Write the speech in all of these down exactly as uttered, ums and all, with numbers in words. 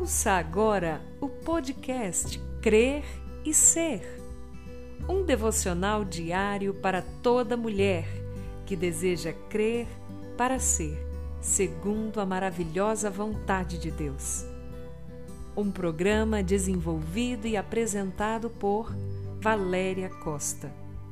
Ouça agora o podcast Crer e Ser, um devocional diário para toda mulher que deseja crer para ser, segundo a maravilhosa vontade de Deus. Um programa desenvolvido e apresentado por Valéria Costa.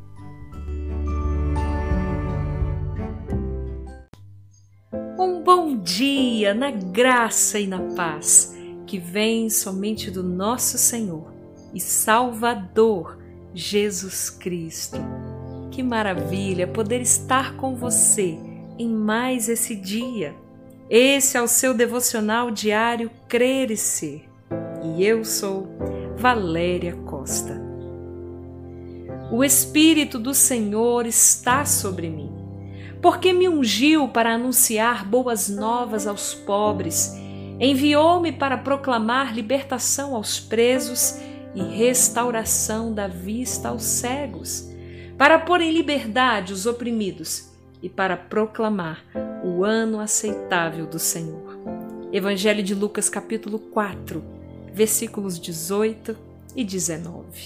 Um bom dia na graça e na paz que vem somente do nosso Senhor e Salvador Jesus Cristo. Que maravilha poder estar com você em mais esse dia. Esse é o seu devocional diário Crer e Ser. E eu sou Valéria Costa. O Espírito do Senhor está sobre mim, porque me ungiu para anunciar boas novas aos pobres, enviou-me para proclamar libertação aos presos e restauração da vista aos cegos, para pôr em liberdade os oprimidos e para proclamar o ano aceitável do Senhor. Evangelho de Lucas, capítulo quatro, versículos dezoito e dezenove.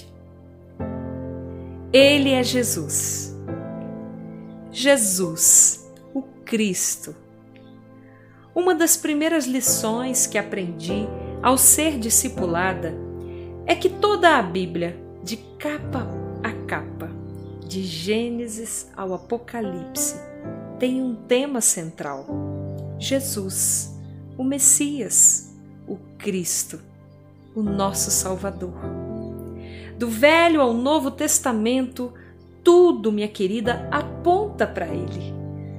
Ele é Jesus. Jesus, o Cristo. Uma das primeiras lições que aprendi ao ser discipulada é que toda a Bíblia, de capa a capa, de Gênesis ao Apocalipse, tem um tema central: Jesus, o Messias, o Cristo, o nosso Salvador. Do Velho ao Novo Testamento, tudo, minha querida, aponta para Ele.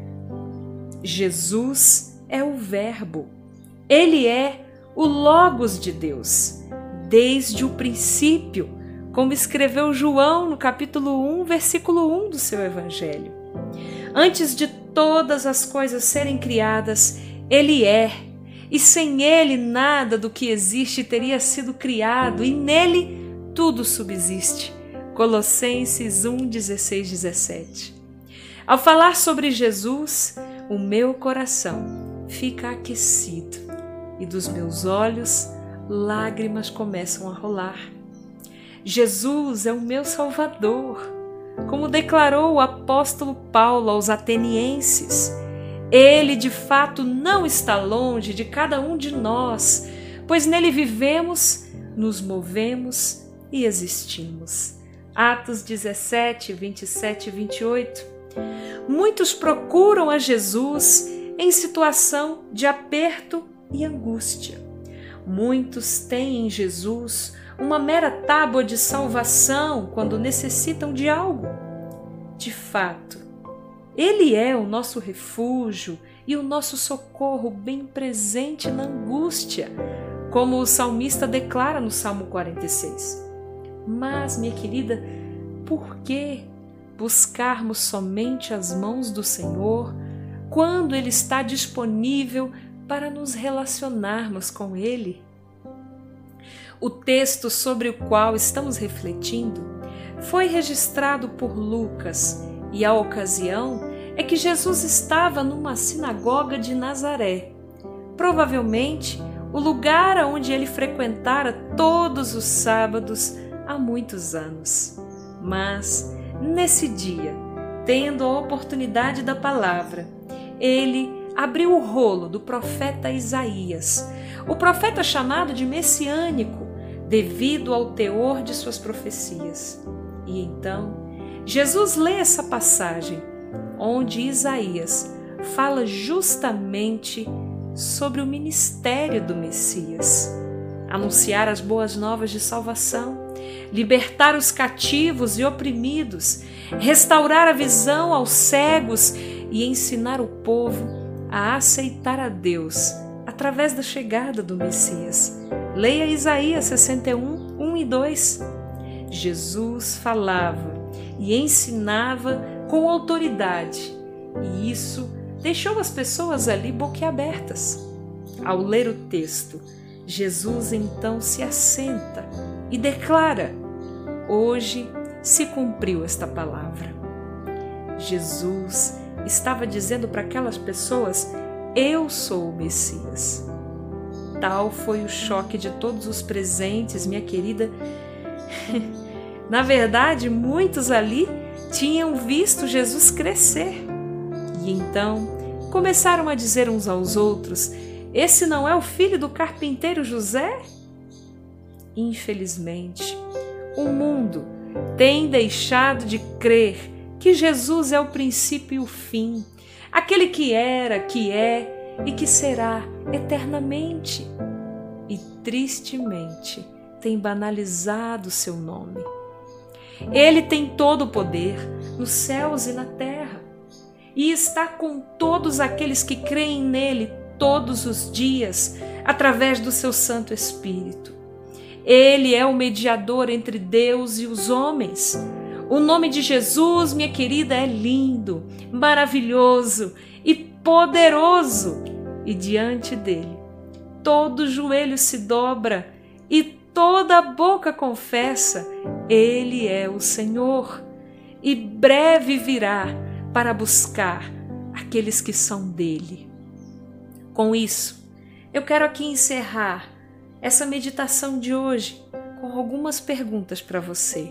Jesus é o Verbo. Ele é o Logos de Deus, desde o princípio, como escreveu João no capítulo um, versículo um do seu Evangelho. Antes de todas as coisas serem criadas, Ele é, e sem Ele nada do que existe teria sido criado, e nele tudo subsiste. Colossenses um, dezesseis, dezessete. Ao falar sobre Jesus, o meu coração fica aquecido e dos meus olhos lágrimas começam a rolar. Jesus é o meu Salvador, como declarou o apóstolo Paulo aos atenienses. Ele de fato não está longe de cada um de nós, pois nele vivemos, nos movemos e existimos. Atos dezessete, vinte e sete e vinte e oito. Muitos procuram a Jesus em situação de aperto e angústia. Muitos têm em Jesus uma mera tábua de salvação quando necessitam de algo. De fato, Ele é o nosso refúgio e o nosso socorro bem presente na angústia, como o salmista declara no Salmo quarenta e seis. Mas, minha querida, por que buscarmos somente as mãos do Senhor quando Ele está disponível para nos relacionarmos com Ele? O texto sobre o qual estamos refletindo foi registrado por Lucas e a ocasião é que Jesus estava numa sinagoga de Nazaré, provavelmente o lugar onde ele frequentara todos os sábados há muitos anos. Mas, nesse dia, tendo a oportunidade da palavra, ele abriu o rolo do profeta Isaías, o profeta chamado de messiânico, devido ao teor de suas profecias. E então, Jesus lê essa passagem, onde Isaías fala justamente sobre o ministério do Messias. Anunciar as boas novas de salvação, libertar os cativos e oprimidos, restaurar a visão aos cegos e ensinar o povo a aceitar a Deus através da chegada do Messias. Leia Isaías sessenta e um, um e dois. Jesus falava e ensinava com autoridade, e isso deixou as pessoas ali boquiabertas. Ao ler o texto, Jesus então se assenta e declara: hoje se cumpriu esta palavra. Jesus estava dizendo para aquelas pessoas: eu sou o Messias. tal foi o choque de todos os presentes, minha querida. Na verdade, muitos ali tinham visto Jesus crescer. E então começaram a dizer uns aos outros: esse não é o filho do carpinteiro José? Infelizmente, o mundo tem deixado de crer que Jesus é o princípio e o fim, aquele que era, que é e que será eternamente. E tristemente tem banalizado seu nome. Ele tem todo o poder nos céus e na terra e está com todos aqueles que creem nele todos os dias através do seu Santo Espírito. Ele é o mediador entre Deus e os homens. O nome de Jesus, minha querida, é lindo, maravilhoso e poderoso. E diante dele, todo joelho se dobra e toda boca confessa: ele é o Senhor. E breve virá para buscar aqueles que são dele. Com isso, eu quero aqui encerrar essa meditação de hoje com algumas perguntas para você.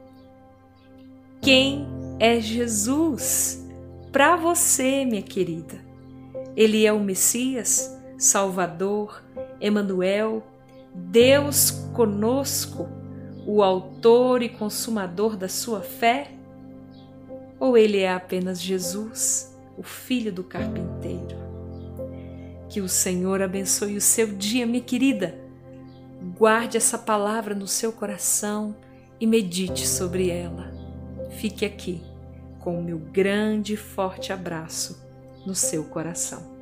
Quem é Jesus para você, minha querida? Ele é o Messias, Salvador, Emanuel, Deus conosco, o autor e consumador da sua fé? Ou ele é apenas Jesus, o filho do carpinteiro? Que o Senhor abençoe o seu dia, minha querida. Guarde essa palavra no seu coração e medite sobre ela. Fique aqui com o meu grande e forte abraço no seu coração.